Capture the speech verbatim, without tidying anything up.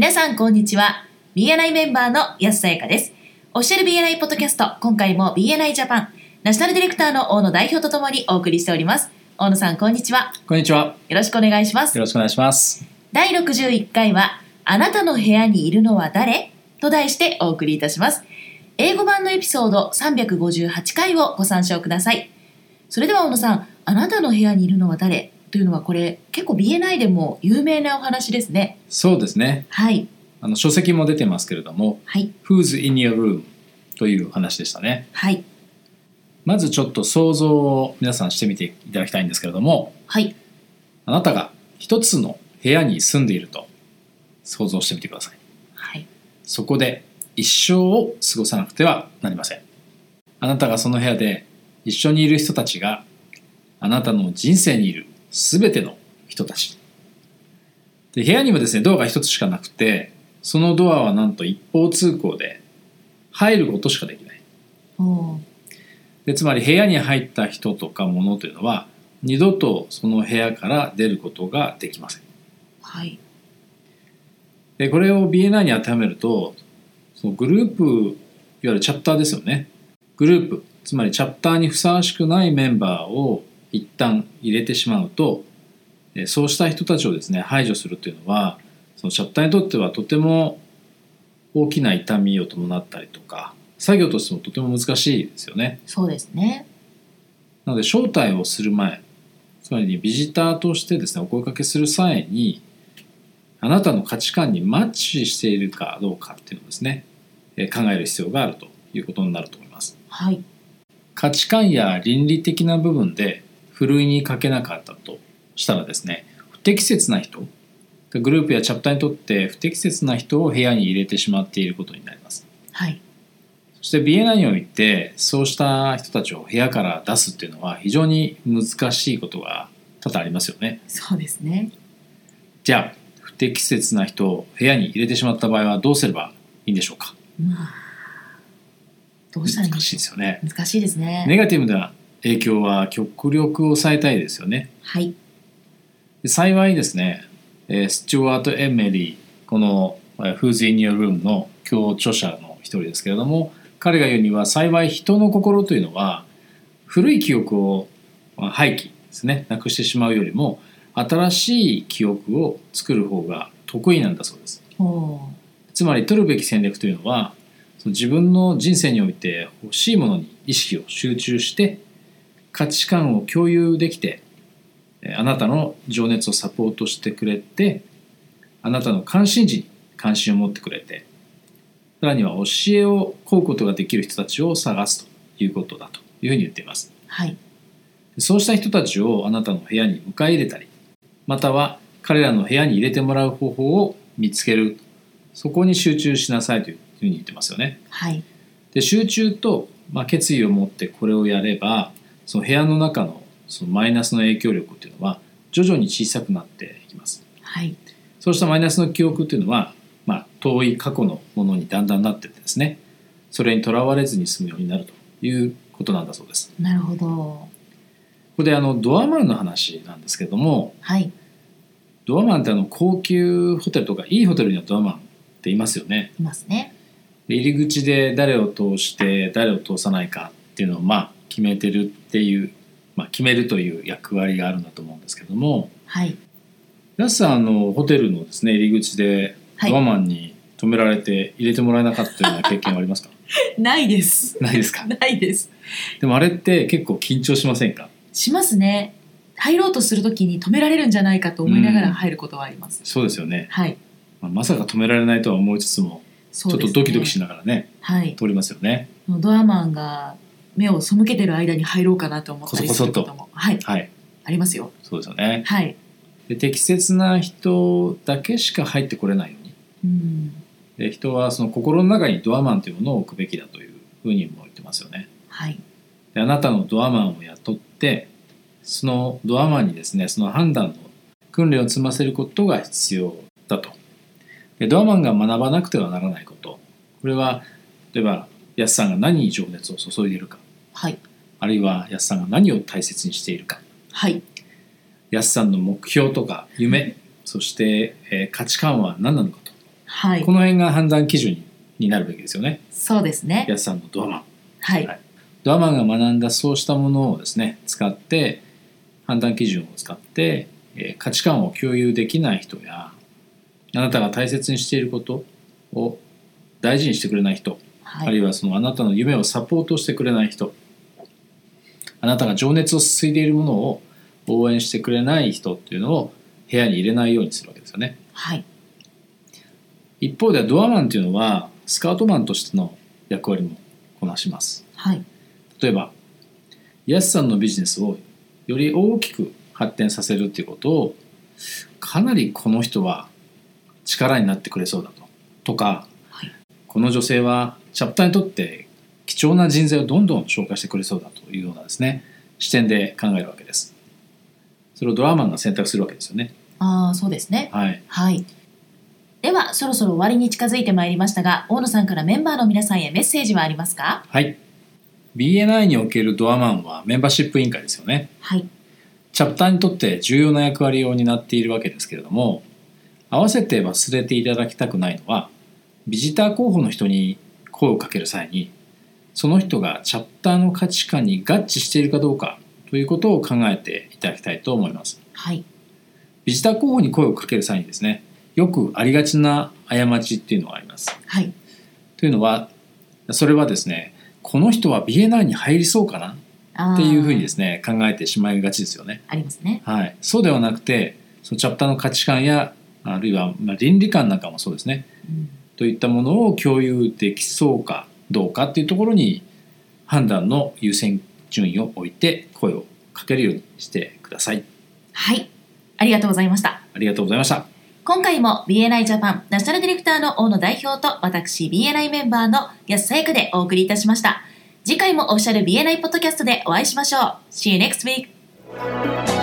皆さんこんにちは。 ビーエヌアイ メンバーの安さやかです。オフィシャル ビーエヌアイ ポッドキャスト、今回も ビーエヌアイ ジャパンナショナルディレクターの大野代表とともにお送りしております。大野さんこんにちは。 こんにちは。 よろしくお願いします。 よろしくお願いします。 だいろくじゅういっかいはあなたの部屋にいるのは誰と題してお送りいたします。英語版のエピソードさんびゃくごじゅうはちかいをご参照ください。それでは大野さん、あなたの部屋にいるのは誰というのは、これ結構 ビーエヌアイ でも有名なお話ですね。 そうですね。 はい。 あの書籍も出てますけれども、 はい、 Who's in your room という話でしたね。 はい。 まずちょっと想像を皆さんしてみていただきたいんですけれども、 はい。 あなたが一つの部屋に住んでいると想像してみてください。 はい。 そこで一生を過ごさなくてはなりません。あなたがその部屋で一緒にいる人たちがあなたの人生にいるすべての人たちで、部屋にもですねドアが一つしかなくて、そのドアはなんと一方通行で入ることしかできない。 おでつまり部屋に入った人とか物というのは二度とその部屋から出ることができません。 はい。 でこれを ビーエヌアイ に当てはめると、そのグループ、いわゆるチャプターですよね。グループ、つまりチャプターにふさわしくないメンバーを一旦入れてしまうと、そうした人たちをですね排除するというのは、そのチャプターにとってはとても大きな痛みを伴ったりとか、作業としてもとても難しいですよね。 そうですね。 なので招待をする前、つまりビジターとしてですねお声かけする際に、あなたの価値観にマッチしているかどうかっていうのをですね考える必要があるということになると思います。 はい。 価値観や倫理的な部分でふるいにかけなかったとしたらですね、不適切な人、グループやチャプターにとって不適切な人を部屋に入れてしまっていることになります。 はい。 そして ビーエヌアイ においてそうした人たちを部屋から出すっていうのは非常に難しいことが多々ありますよね。 そうですね。 じゃあ不適切な人を部屋に入れてしまった場合はどうすればいいんでしょうか。 まあ、どうしたらいいん難でしょう。 しいですよね。 難しいですね。 ネガティブな影響は極力抑えたいですよね。 はい。 で幸いですね、えースチュワート・エメリー、このえー Who's in your room の共著者の一人ですけれども、彼が言うには、幸い人の心というのは古い記憶をまあ廃棄ですね、なくしてしまうよりも新しい記憶を作る方が得意なんだそうです。 おつまり取るべき戦略というのは、その自分の人生において欲しいものに意識を集中して価値観を共有できて、あなたの情熱をサポートしてくれて、あなたの関心事に関心を持ってくれて、さらには教えを請うことができる人たちを探すということだというふうに言っています。 はい。 そうした人たちをあなたの部屋に迎え入れたり、または彼らの部屋に入れてもらう方法を見つける、そこに集中しなさいというふうに言ってますよね。 はい。 で集中と、まあ、決意を持ってこれをやれば、その部屋の中のそのマイナスの影響力というのは徐々に小さくなっていきます。 はい。 そうしたマイナスの記憶というのは、まあ、遠い過去のものにだんだんなっていってですね、それにとらわれずに済むようになるということなんだそうです。 なるほど。 ここであのドアマンの話なんですけども、 はい。 ドアマンってあの高級ホテルとかいいホテルにはドアマンっていますよね。 いますね。 で入り口で誰を通して誰を通さないかっていうのをまあ決めてるっていう、まあ、決めるという役割があるんだと思うんですけども、 はい。 やすさん、あのホテルのですね入り口でドアマンに止められて入れてもらえなかったような経験はありますか？ ないです。 ないですか？ ないです。 でもあれって結構緊張しませんか？ しますね。入ろうとするときに止められるんじゃないかと思いながら入ることはあります。 そうですよね。 はい。 まあ、まさか止められないとは思いつつも、ちょっとドキドキしながらね、 はい。 通りますよね。 ドアマンが目を背けてる間に入ろうかなと思ったりすることも、はい、 はい、 ありますよ。 そうですよね。 はい。 で適切な人だけしか入ってこれないように、 うん、 で人はその心の中にドアマンというものを置くべきだというふうにも言ってますよね。 はい。 であなたのドアマンを雇って、そのドアマンにですねその判断の訓練を積ませることが必要だと。でドアマンが学ばなくてはならないこと、これは例えばやすさんが何に情熱を注いでいるか、 はい、 あるいはやすさんが何を大切にしているか、 はい、 やすさんの目標とか夢、そして、えー価値観は何なのかとはい、 この辺が判断基準になるべきですよね。 そうですね。 安さんのドアマン、 はいはい、ドアマンが学んだそうしたものをですね使って判断基準を使って、えー、価値観を共有できない人やあなたが大切にしていることを大事にしてくれない人、はい、あるいはそのあなたの夢をサポートしてくれない人、あなたが情熱を注いでいるものを応援してくれない人っていうのを部屋に入れないようにするわけですよね。 はい、 一方でドアマンっていうのはスカウトマンとしての役割もこなします。 はい、 例えば安さんのビジネスをより大きく発展させるっていうことをかなりこの人は力になってくれそうだととか、 はい、 この女性はチャプターにとって貴重な人材をどんどん紹介してくれそうだというようなですね視点で考えるわけです。それをドアマンが選択するわけですよね。 ああ、そうですね。 はい、 はい、ではそろそろ終わりに近づいてまいりましたが、大野さんからメンバーの皆さんへメッセージはありますか？ はい、 ビーエヌアイ におけるドアマンはメンバーシップ委員会ですよね。 はい、 チャプターにとって重要な役割を担っているわけですけれども、合わせて忘れていただきたくないのは、ビジター候補の人に声をかける際にその人がチャプターの価値観に合致しているかどうかということを考えていただきたいと思います。 はい、 ビジター候補に声をかける際にですね、よくありがちな過ちっていうのがあります。 はい、 というのは、それはですね、この人は ビーエヌアイ に入りそうかなっていうふうにですね考えてしまいがちですよね。 ありますね。 はい、そうではなくて、そのチャプターの価値観やあるいはまあ倫理観なんかもそうですね、うん、といったものを共有できそうかどうかっていうところに判断の優先順位を置いて声をかけるようにしてください。 はい、ありがとうございました。 ありがとうございました。 今回も ビーエヌアイ ジャパンナショナルディレクターの大野代表と私 ビーエヌアイ メンバーの安さやかでお送りいたしました。次回もオフィシャル ビーエヌアイ ポッドキャストでお会いしましょう。See you next week!